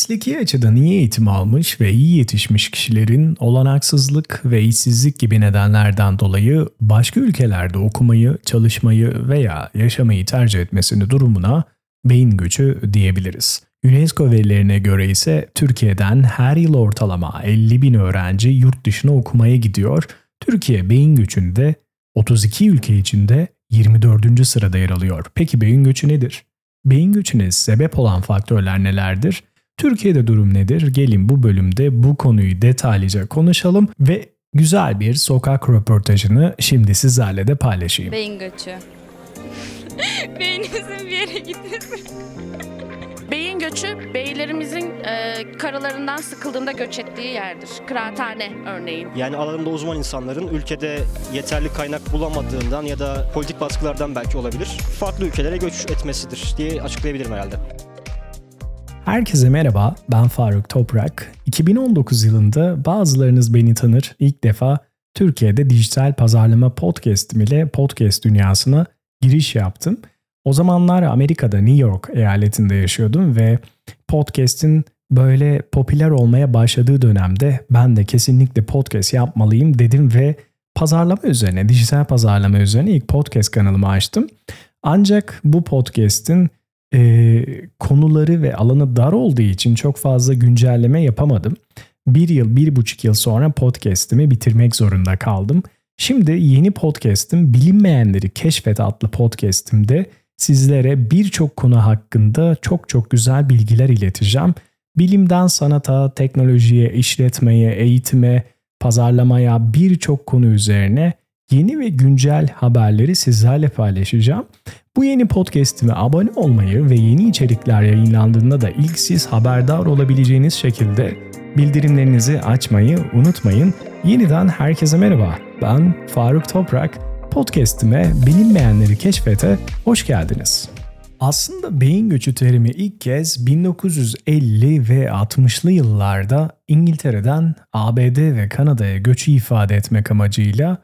Mesleki açıdan iyi eğitim almış ve iyi yetişmiş kişilerin olanaksızlık ve işsizlik gibi nedenlerden dolayı başka ülkelerde okumayı, çalışmayı veya yaşamayı tercih etmesini durumuna beyin göçü diyebiliriz. UNESCO verilerine göre ise Türkiye'den her yıl ortalama 50.000 öğrenci yurt dışına okumaya gidiyor. Türkiye beyin göçünde 32 ülke içinde 24. sırada yer alıyor. Peki beyin göçü nedir? Beyin göçüne sebep olan faktörler nelerdir? Türkiye'de durum nedir? Gelin bu bölümde bu konuyu detaylıca konuşalım ve güzel bir sokak röportajını şimdi sizlerle de paylaşayım. Beyin göçü. Beyninizin bir yere gitmesi. Beyin göçü, beylerimizin karılarından sıkıldığında göç ettiği yerdir. Kıraathane örneğin. Yani alanında uzman insanların ülkede yeterli kaynak bulamadığından ya da politik baskılardan belki olabilir, farklı ülkelere göç etmesidir diye açıklayabilirim herhalde. Herkese merhaba, ben Faruk Toprak. 2019 yılında bazılarınız beni tanır. İlk defa Türkiye'de dijital pazarlama podcast'im ile podcast dünyasına giriş yaptım. O zamanlar Amerika'da New York eyaletinde yaşıyordum ve podcast'in böyle popüler olmaya başladığı dönemde ben de kesinlikle podcast yapmalıyım dedim ve pazarlama üzerine, dijital pazarlama üzerine ilk podcast kanalımı açtım. Ancak bu podcast'in konuları ve alanı dar olduğu için çok fazla güncelleme yapamadım. 1,5 yıl sonra podcast'imi bitirmek zorunda kaldım. Şimdi yeni podcast'im Bilinmeyenleri Keşfet adlı podcast'imde sizlere birçok konu hakkında çok güzel bilgiler ileteceğim. Bilimden sanata, teknolojiye, işletmeye, eğitime, pazarlamaya birçok konu üzerine yeni ve güncel haberleri sizlerle paylaşacağım. Bu yeni podcast'ime abone olmayı ve yeni içerikler yayınlandığında da ilk siz haberdar olabileceğiniz şekilde bildirimlerinizi açmayı unutmayın. Yeniden herkese merhaba. Ben Faruk Toprak. Podcast'ime Bilinmeyenleri Keşfete hoş geldiniz. Aslında beyin göçü terimi ilk kez 1950 ve 60'lı yıllarda İngiltere'den ABD ve Kanada'ya göçü ifade etmek amacıyla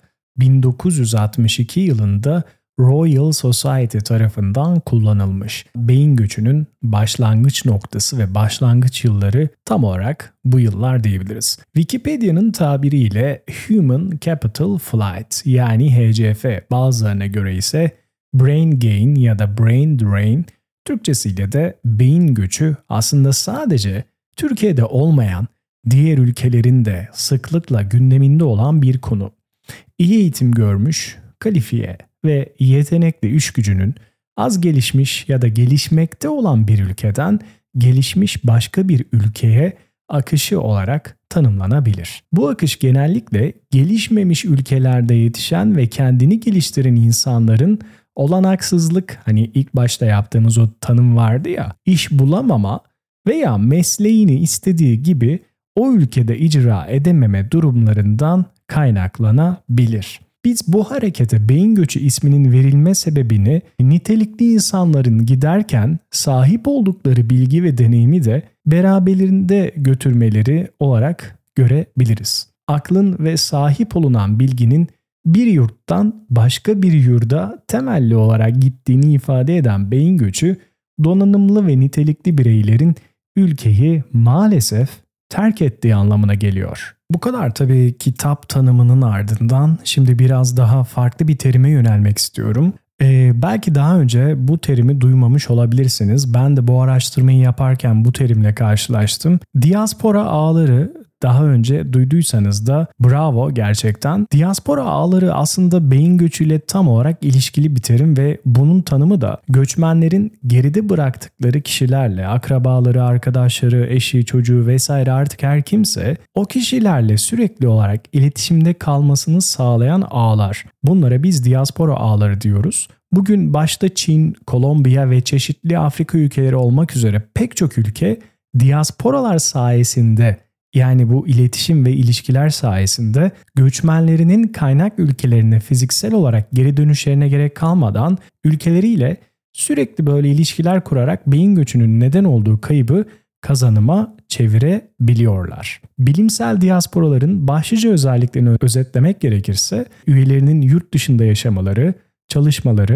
1962 yılında Royal Society tarafından kullanılmış. Beyin göçünün başlangıç noktası ve başlangıç yılları tam olarak bu yıllar diyebiliriz. Wikipedia'nın tabiriyle Human Capital Flight yani HCF, bazılarına göre ise Brain Gain ya da Brain Drain, Türkçesiyle de beyin göçü aslında sadece Türkiye'de olmayan diğer ülkelerin de sıklıkla gündeminde olan bir konu. İyi eğitim görmüş, kalifiye ve yetenekli iş gücünün az gelişmiş ya da gelişmekte olan bir ülkeden gelişmiş başka bir ülkeye akışı olarak tanımlanabilir. Bu akış genellikle gelişmemiş ülkelerde yetişen ve kendini geliştiren insanların olanaksızlık, hani ilk başta yaptığımız o tanım vardı ya, iş bulamama veya mesleğini istediği gibi o ülkede icra edememe durumlarından kaynaklanabilir. Biz bu harekete beyin göçü isminin verilme sebebini nitelikli insanların giderken sahip oldukları bilgi ve deneyimi de beraberinde götürmeleri olarak görebiliriz. Aklın ve sahip olunan bilginin bir yurttan başka bir yurda temelli olarak gittiğini ifade eden beyin göçü, donanımlı ve nitelikli bireylerin ülkeyi maalesef terk ettiği anlamına geliyor. Bu kadar tabii kitap tanımının ardından şimdi biraz daha farklı bir terime yönelmek istiyorum. Belki daha önce bu terimi duymamış olabilirsiniz. Ben de bu araştırmayı yaparken bu terimle karşılaştım. Diaspora ağları, daha önce duyduysanız da bravo gerçekten. Diaspora ağları aslında beyin göçüyle tam olarak ilişkili bir terim ve bunun tanımı da göçmenlerin geride bıraktıkları kişilerle, akrabaları, arkadaşları, eşi, çocuğu vesaire artık her kimse o kişilerle sürekli olarak iletişimde kalmasını sağlayan ağlar. Bunlara biz diaspora ağları diyoruz. Bugün başta Çin, Kolombiya ve çeşitli Afrika ülkeleri olmak üzere pek çok ülke diasporalar sayesinde, yani bu iletişim ve ilişkiler sayesinde göçmenlerinin kaynak ülkelerine fiziksel olarak geri dönüşlerine gerek kalmadan ülkeleriyle sürekli böyle ilişkiler kurarak beyin göçünün neden olduğu kaybı kazanıma çevirebiliyorlar. Bilimsel diasporaların başlıca özelliklerini özetlemek gerekirse üyelerinin yurt dışında yaşamaları, çalışmaları,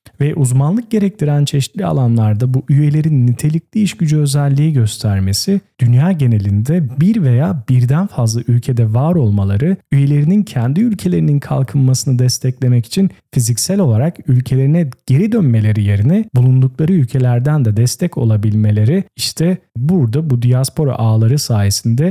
Ve uzmanlık gerektiren çeşitli alanlarda bu üyelerin nitelikli iş gücü özelliği göstermesi, dünya genelinde bir veya birden fazla ülkede var olmaları, üyelerinin kendi ülkelerinin kalkınmasını desteklemek için fiziksel olarak ülkelerine geri dönmeleri yerine bulundukları ülkelerden de destek olabilmeleri, işte burada bu diaspora ağları sayesinde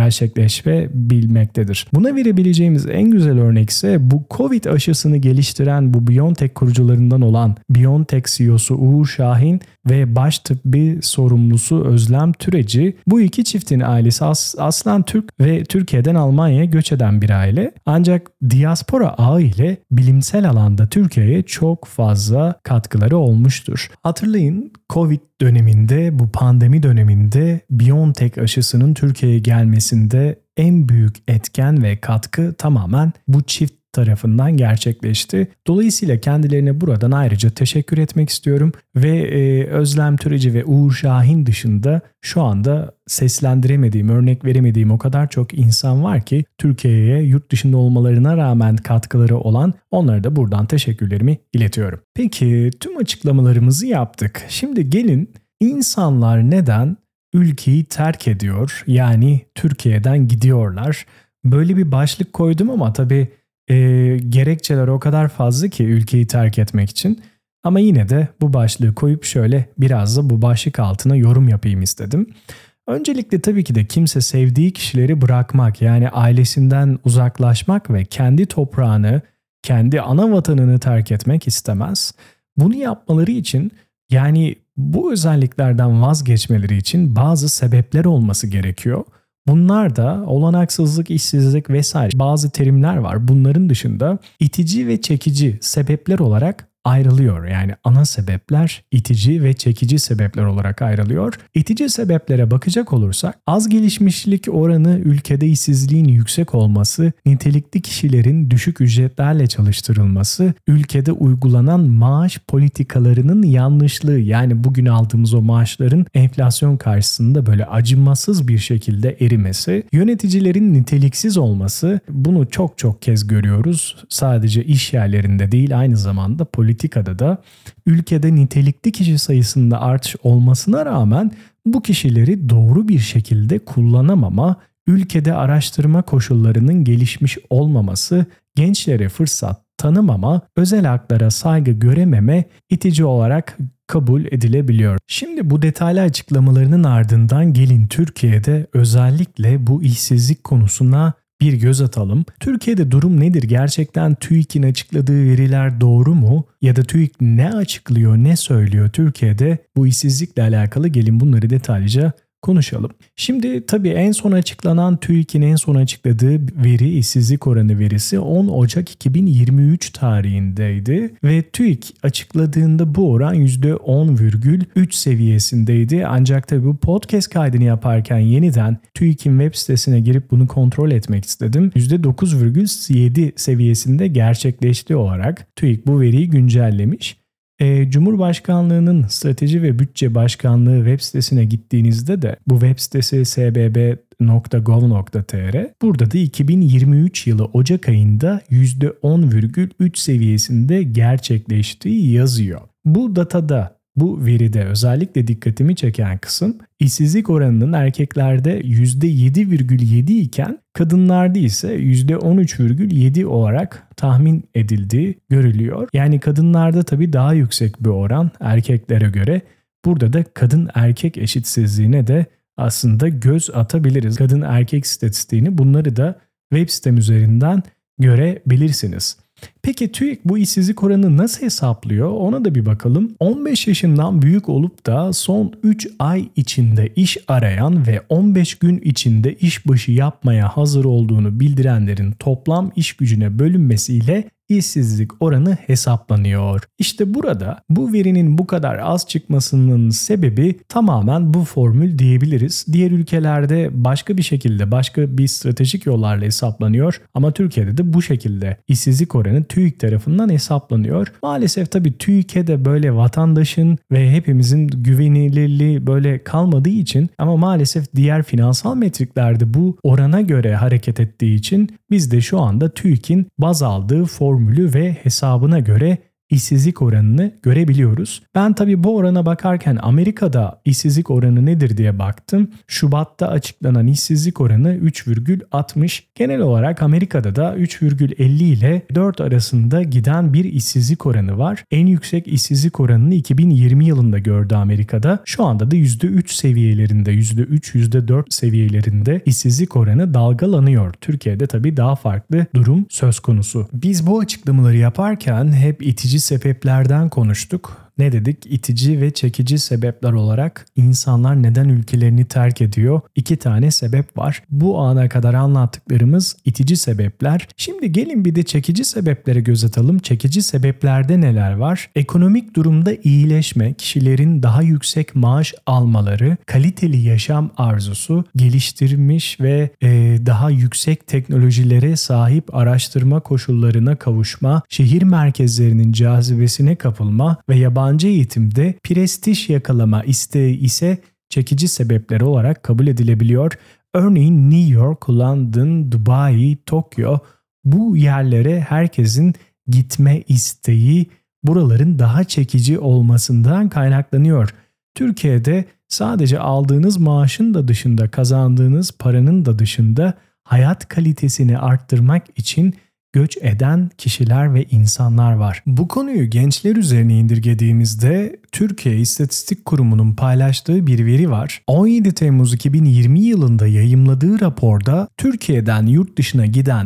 gerçekleşebilmektedir. Buna verebileceğimiz en güzel örnek ise bu Covid aşısını geliştiren bu BioNTech kurucularından olan BioNTech CEO'su Uğur Şahin ve baş tıbbi sorumlusu Özlem Türeci. Bu iki çiftin ailesi aslen Türk ve Türkiye'den Almanya'ya göç eden bir aile. Ancak diaspora ağı ile bilimsel alanda Türkiye'ye çok fazla katkıları olmuştur. Hatırlayın, Covid döneminde, bu pandemi döneminde BioNTech aşısının Türkiye'ye gelmesinde en büyük etken ve katkı tamamen bu çift tarafından gerçekleşti. Dolayısıyla kendilerine buradan ayrıca teşekkür etmek istiyorum ve Özlem Türeci ve Uğur Şahin dışında şu anda seslendiremediğim, örnek veremediğim o kadar çok insan var ki Türkiye'ye yurt dışında olmalarına rağmen katkıları olan, onlara da buradan teşekkürlerimi iletiyorum. Peki tüm açıklamalarımızı yaptık. Şimdi gelin insanlar neden ülkeyi terk ediyor, yani Türkiye'den gidiyorlar? Böyle bir başlık koydum ama tabii gerekçeler o kadar fazla ki ülkeyi terk etmek için. Ama yine de bu başlığı koyup şöyle biraz da bu başlık altına yorum yapayım istedim. Öncelikle tabii ki de kimse sevdiği kişileri bırakmak, yani ailesinden uzaklaşmak ve kendi toprağını, kendi ana vatanını terk etmek istemez. Bunu yapmaları için, yani bu özelliklerden vazgeçmeleri için bazı sebepler olması gerekiyor. Bunlar da olanaksızlık, işsizlik vesaire bazı terimler var. Bunların dışında itici ve çekici sebepler olarak ayrılıyor. Yani ana sebepler itici ve çekici sebepler olarak ayrılıyor. İtici sebeplere bakacak olursak az gelişmişlik oranı, ülkede işsizliğin yüksek olması, nitelikli kişilerin düşük ücretlerle çalıştırılması, ülkede uygulanan maaş politikalarının yanlışlığı, yani bugün aldığımız o maaşların enflasyon karşısında böyle acımasız bir şekilde erimesi, yöneticilerin niteliksiz olması, bunu çok kez görüyoruz. Sadece iş yerlerinde değil, aynı zamanda politikada da ülkede nitelikli kişi sayısında artış olmasına rağmen bu kişileri doğru bir şekilde kullanamama, ülkede araştırma koşullarının gelişmiş olmaması, gençlere fırsat tanımama, özel haklara saygı görememe itici olarak kabul edilebiliyor. Şimdi bu detaylı açıklamalarının ardından gelin Türkiye'de özellikle bu işsizlik konusuna bir göz atalım. Türkiye'de durum nedir? Gerçekten TÜİK'in açıkladığı veriler doğru mu? Ya da TÜİK ne açıklıyor, ne söylüyor Türkiye'de bu işsizlikle alakalı? Gelin bunları detaylıca konuşalım. Şimdi tabii en son açıklanan, TÜİK'in en son açıkladığı veri, işsizlik oranı verisi 10 Ocak 2023 tarihindeydi ve TÜİK açıkladığında bu oran %10,3 seviyesindeydi. Ancak tabii bu podcast kaydını yaparken yeniden TÜİK'in web sitesine girip bunu kontrol etmek istedim. %9,7 seviyesinde gerçekleşti olarak TÜİK bu veriyi güncellemiş. Cumhurbaşkanlığının Strateji ve Bütçe Başkanlığı web sitesine gittiğinizde de bu web sitesi sbb.gov.tr. Burada da 2023 yılı Ocak ayında %10,3 seviyesinde gerçekleştiği yazıyor. Bu datada, bu veride özellikle dikkatimi çeken kısım, işsizlik oranının erkeklerde %7,7 iken kadınlarda ise %13,7 olarak tahmin edildiği görülüyor. Yani kadınlarda tabii daha yüksek bir oran erkeklere göre. Burada da kadın erkek eşitsizliğine de aslında göz atabiliriz. Kadın erkek istatistiğini, bunları da web sitem üzerinden görebilirsiniz. Peki TÜİK bu işsizlik oranını nasıl hesaplıyor? Ona da bir bakalım. 15 yaşından büyük olup da son 3 ay içinde iş arayan ve 15 gün içinde işbaşı yapmaya hazır olduğunu bildirenlerin toplam iş gücüne bölünmesiyle işsizlik oranı hesaplanıyor. İşte burada bu verinin bu kadar az çıkmasının sebebi tamamen bu formül diyebiliriz. Diğer ülkelerde başka bir şekilde, başka bir stratejik yollarla hesaplanıyor ama Türkiye'de de bu şekilde işsizlik oranı TÜİK tarafından hesaplanıyor. Maalesef tabii TÜİK'e de böyle vatandaşın ve hepimizin güvenilirliği böyle kalmadığı için, ama maalesef diğer finansal metriklerde bu orana göre hareket ettiği için biz de şu anda TÜİK'in baz aldığı formülü ve hesabına göre işsizlik oranını görebiliyoruz. Ben tabii bu orana bakarken Amerika'da işsizlik oranı nedir diye baktım. Şubat'ta açıklanan işsizlik oranı 3,60. Genel olarak Amerika'da da 3,50 ile 4 arasında giden bir işsizlik oranı var. En yüksek işsizlik oranını 2020 yılında gördü Amerika'da. Şu anda da %3 seviyelerinde, %3, %4 seviyelerinde işsizlik oranı dalgalanıyor. Türkiye'de tabii daha farklı durum söz konusu. Biz bu açıklamaları yaparken hep itici sebeplerden konuştuk. Ne dedik? İtici ve çekici sebepler olarak insanlar neden ülkelerini terk ediyor? 2 tane sebep var. Bu ana kadar anlattıklarımız itici sebepler. Şimdi gelin bir de çekici sebeplere göz atalım. Çekici sebeplerde neler var? Ekonomik durumda iyileşme, kişilerin daha yüksek maaş almaları, kaliteli yaşam arzusu, geliştirilmiş ve daha yüksek teknolojilere sahip araştırma koşullarına kavuşma, şehir merkezlerinin cazibesine kapılma ve yabancı eğitimde prestij yakalama isteği ise çekici sebepler olarak kabul edilebiliyor. Örneğin New York, London, Dubai, Tokyo, bu yerlere herkesin gitme isteği buraların daha çekici olmasından kaynaklanıyor. Türkiye'de sadece aldığınız maaşın da dışında, kazandığınız paranın da dışında hayat kalitesini arttırmak için göç eden kişiler ve insanlar var. Bu konuyu gençler üzerine indirgediğimizde Türkiye İstatistik Kurumu'nun paylaştığı bir veri var. 17 Temmuz 2020 yılında yayımladığı raporda Türkiye'den yurt dışına giden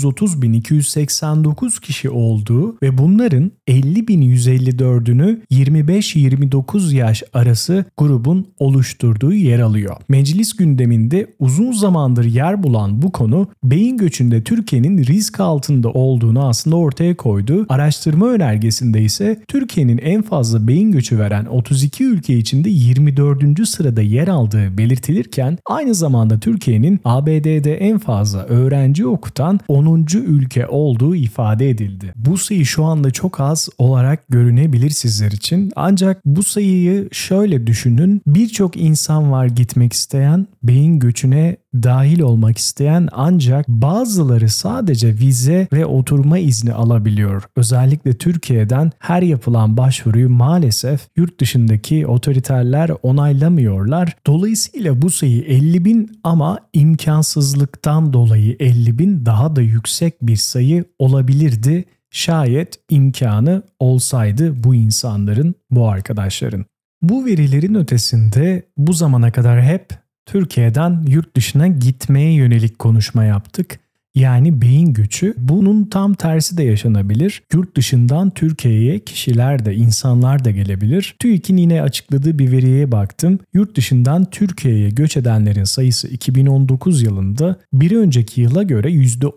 330.289 kişi olduğu ve bunların 50.154'ünü 25-29 yaş arası grubun oluşturduğu yer alıyor. Meclis gündeminde uzun zamandır yer bulan bu konu beyin göçünde Türkiye'nin risk altında olduğunu aslında ortaya koydu. Araştırma önergesinde ise Türkiye'nin en fazla beyin göçü veren 32 ülke içinde 24. sırada yer aldığı belirtilirken aynı zamanda Türkiye'nin ABD'de en fazla öğrenci okutan 10. ülke olduğu ifade edildi. Bu sayı şu anda çok az olarak görünebilir sizler için. Ancak bu sayıyı şöyle düşünün. Birçok insan var gitmek isteyen, beyin göçüne dahil olmak isteyen, ancak bazıları sadece vize ve oturma izni alabiliyor. Özellikle Türkiye'den her yapılan başvuruyu maalesef yurt dışındaki otoriterler onaylamıyorlar. Dolayısıyla bu sayı 50.000 ama imkansızlıktan dolayı 50.000 daha da yüksek bir sayı olabilirdi. Şayet imkanı olsaydı bu insanların, bu arkadaşların. Bu verilerin ötesinde bu zamana kadar hep Türkiye'den yurt dışına gitmeye yönelik konuşma yaptık. Yani beyin göçü. Bunun tam tersi de yaşanabilir. Yurt dışından Türkiye'ye kişiler de, insanlar da gelebilir. TÜİK'in yine açıkladığı bir veriye baktım. Yurt dışından Türkiye'ye göç edenlerin sayısı 2019 yılında bir önceki yıla göre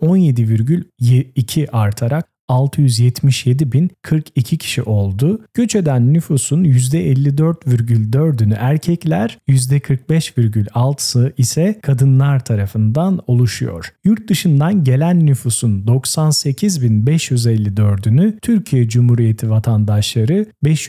%17,2 artarak 677.042 kişi oldu. Göç eden nüfusun %54,4'ünü erkekler, %45,6'sı ise kadınlar tarafından oluşuyor. Yurt dışından gelen nüfusun 98.554'ünü Türkiye Cumhuriyeti vatandaşları,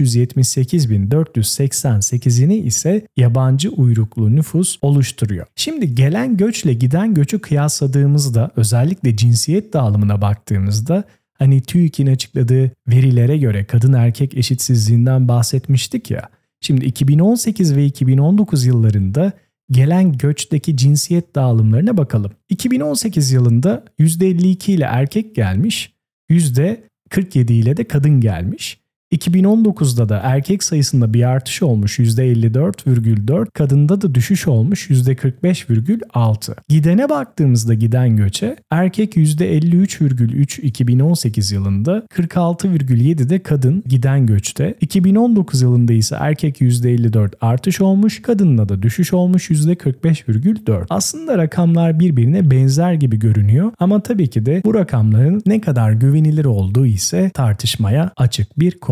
578.488'ini ise yabancı uyruklu nüfus oluşturuyor. Şimdi gelen göçle giden göçü kıyasladığımızda, özellikle cinsiyet dağılımına baktığımızda, hani TÜİK'in açıkladığı verilere göre kadın erkek eşitsizliğinden bahsetmiştik ya. Şimdi 2018 ve 2019 yıllarında gelen göçteki cinsiyet dağılımlarına bakalım. 2018 yılında %52 ile erkek gelmiş, %47 ile de kadın gelmiş. 2019'da da erkek sayısında bir artış olmuş %54,4, kadında da düşüş olmuş %45,6. Gidene baktığımızda giden göçe erkek %53,3 2018 yılında, 46,7 de kadın giden göçte. 2019 yılında ise erkek %54 artış olmuş, kadınla da düşüş olmuş %45,4. Aslında rakamlar birbirine benzer gibi görünüyor ama tabii ki de bu rakamların ne kadar güvenilir olduğu ise tartışmaya açık bir konu.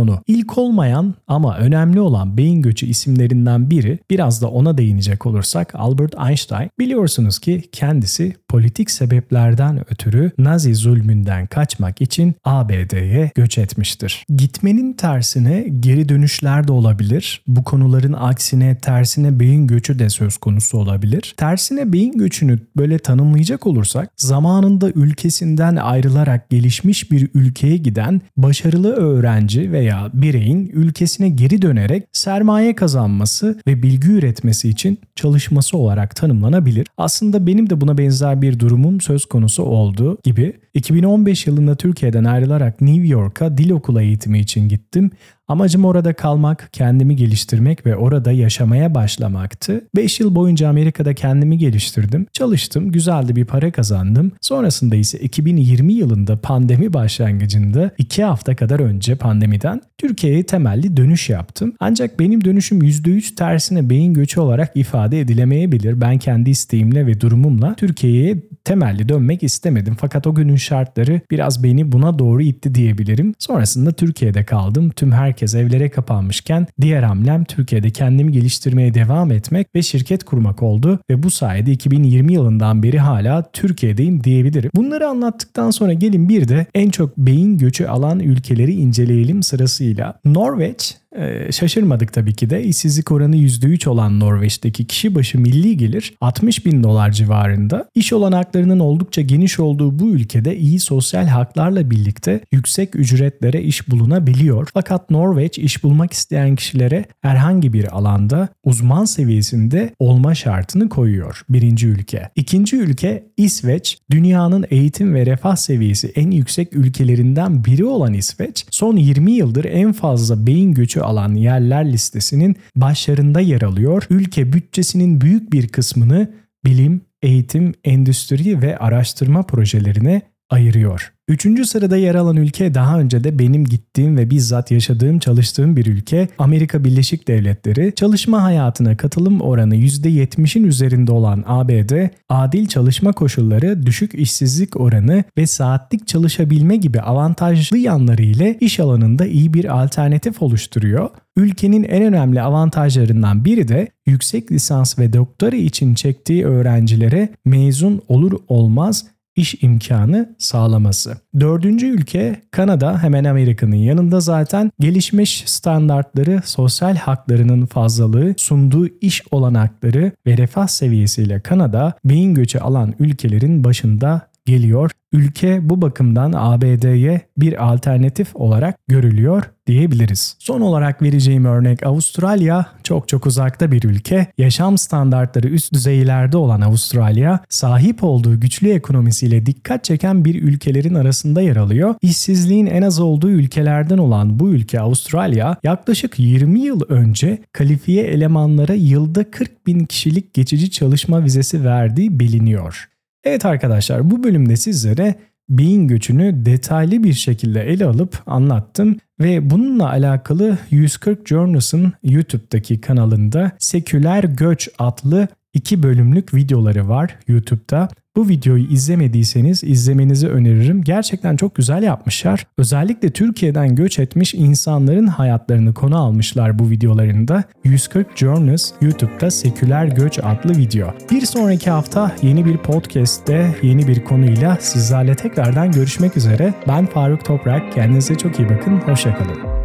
konu. İlk olmayan ama önemli olan beyin göçü isimlerinden biri, biraz da ona değinecek olursak, Albert Einstein. Biliyorsunuz ki kendisi politik sebeplerden ötürü Nazi zulmünden kaçmak için ABD'ye göç etmiştir. Gitmenin tersine geri dönüşler de olabilir. Bu konuların aksine tersine beyin göçü de söz konusu olabilir. Tersine beyin göçünü böyle tanımlayacak olursak, zamanında ülkesinden ayrılarak gelişmiş bir ülkeye giden başarılı öğrenci veya bireyin ülkesine geri dönerek sermaye kazanması ve bilgi üretmesi için çalışması olarak tanımlanabilir. Aslında benim de buna benzer bir durumum söz konusu olduğu gibi 2015 yılında Türkiye'den ayrılarak New York'a dil okulu eğitimi için gittim. Amacım orada kalmak, kendimi geliştirmek ve orada yaşamaya başlamaktı. 5 yıl boyunca Amerika'da kendimi geliştirdim, çalıştım, güzel de bir para kazandım. Sonrasında ise 2020 yılında pandemi başlangıcında 2 hafta kadar önce pandemiden Türkiye'ye temelli dönüş yaptım. Ancak benim dönüşüm %3 tersine beyin göçü olarak ifade edilemeyebilir. Ben kendi isteğimle ve durumumla Türkiye'ye temelli dönmek istemedim. Fakat o günün şartları biraz beni buna doğru itti diyebilirim. Sonrasında Türkiye'de kaldım. Tüm herkes evlere kapanmışken diğer hamlem Türkiye'de kendimi geliştirmeye devam etmek ve şirket kurmak oldu ve bu sayede 2020 yılından beri hala Türkiye'deyim diyebilirim. Bunları anlattıktan sonra gelin bir de en çok beyin göçü alan ülkeleri inceleyelim sırasıyla. Norveç, şaşırmadık tabii ki de, işsizlik oranı %3 olan Norveç'teki kişi başı milli gelir $60.000 civarında. İş olanaklarının oldukça geniş olduğu bu ülkede iyi sosyal haklarla birlikte yüksek ücretlere iş bulunabiliyor. Fakat Norveç iş bulmak isteyen kişilere herhangi bir alanda uzman seviyesinde olma şartını koyuyor. Birinci ülke. İkinci ülke İsveç. Dünyanın eğitim ve refah seviyesi en yüksek ülkelerinden biri olan İsveç, son 20 yıldır en fazla beyin göçü alan yerler listesinin başlarında yer alıyor. Ülke bütçesinin büyük bir kısmını bilim, eğitim, endüstri ve araştırma projelerine ayırıyor. 3. sırada yer alan ülke, daha önce de benim gittiğim ve bizzat yaşadığım, çalıştığım bir ülke, Amerika Birleşik Devletleri. Çalışma hayatına katılım oranı %70'in üzerinde olan ABD, adil çalışma koşulları, düşük işsizlik oranı ve saatlik çalışabilme gibi avantajlı yanları ile iş alanında iyi bir alternatif oluşturuyor. Ülkenin en önemli avantajlarından biri de yüksek lisans ve doktora için çektiği öğrencilere mezun olur olmaz iş imkanı sağlaması. 4. ülke Kanada, hemen Amerika'nın yanında zaten. Gelişmiş standartları, sosyal haklarının fazlalığı, sunduğu iş olanakları ve refah seviyesiyle Kanada, beyin göçü alan ülkelerin başında geliyor. Ülke bu bakımdan ABD'ye bir alternatif olarak görülüyor diyebiliriz. Son olarak vereceğim örnek Avustralya. Çok uzakta bir ülke. Yaşam standartları üst düzeylerde olan Avustralya, sahip olduğu güçlü ekonomisiyle dikkat çeken bir ülkelerin arasında yer alıyor. İşsizliğin en az olduğu ülkelerden olan bu ülke Avustralya, yaklaşık 20 yıl önce kalifiye elemanlara yılda 40.000 kişilik geçici çalışma vizesi verdiği biliniyor. Evet arkadaşlar, bu bölümde sizlere beyin göçünü detaylı bir şekilde ele alıp anlattım ve bununla alakalı 140 Journals'ın YouTube'daki kanalında Seküler Göç adlı 2 bölümlük videoları var YouTube'da. Bu videoyu izlemediyseniz izlemenizi öneririm. Gerçekten çok güzel yapmışlar. Özellikle Türkiye'den göç etmiş insanların hayatlarını konu almışlar bu videolarında. 140 Journals YouTube'da Seküler Göç adlı video. Bir sonraki hafta yeni bir podcast'te yeni bir konuyla sizlerle tekrardan görüşmek üzere. Ben Faruk Toprak. Kendinize çok iyi bakın. Hoşça kalın.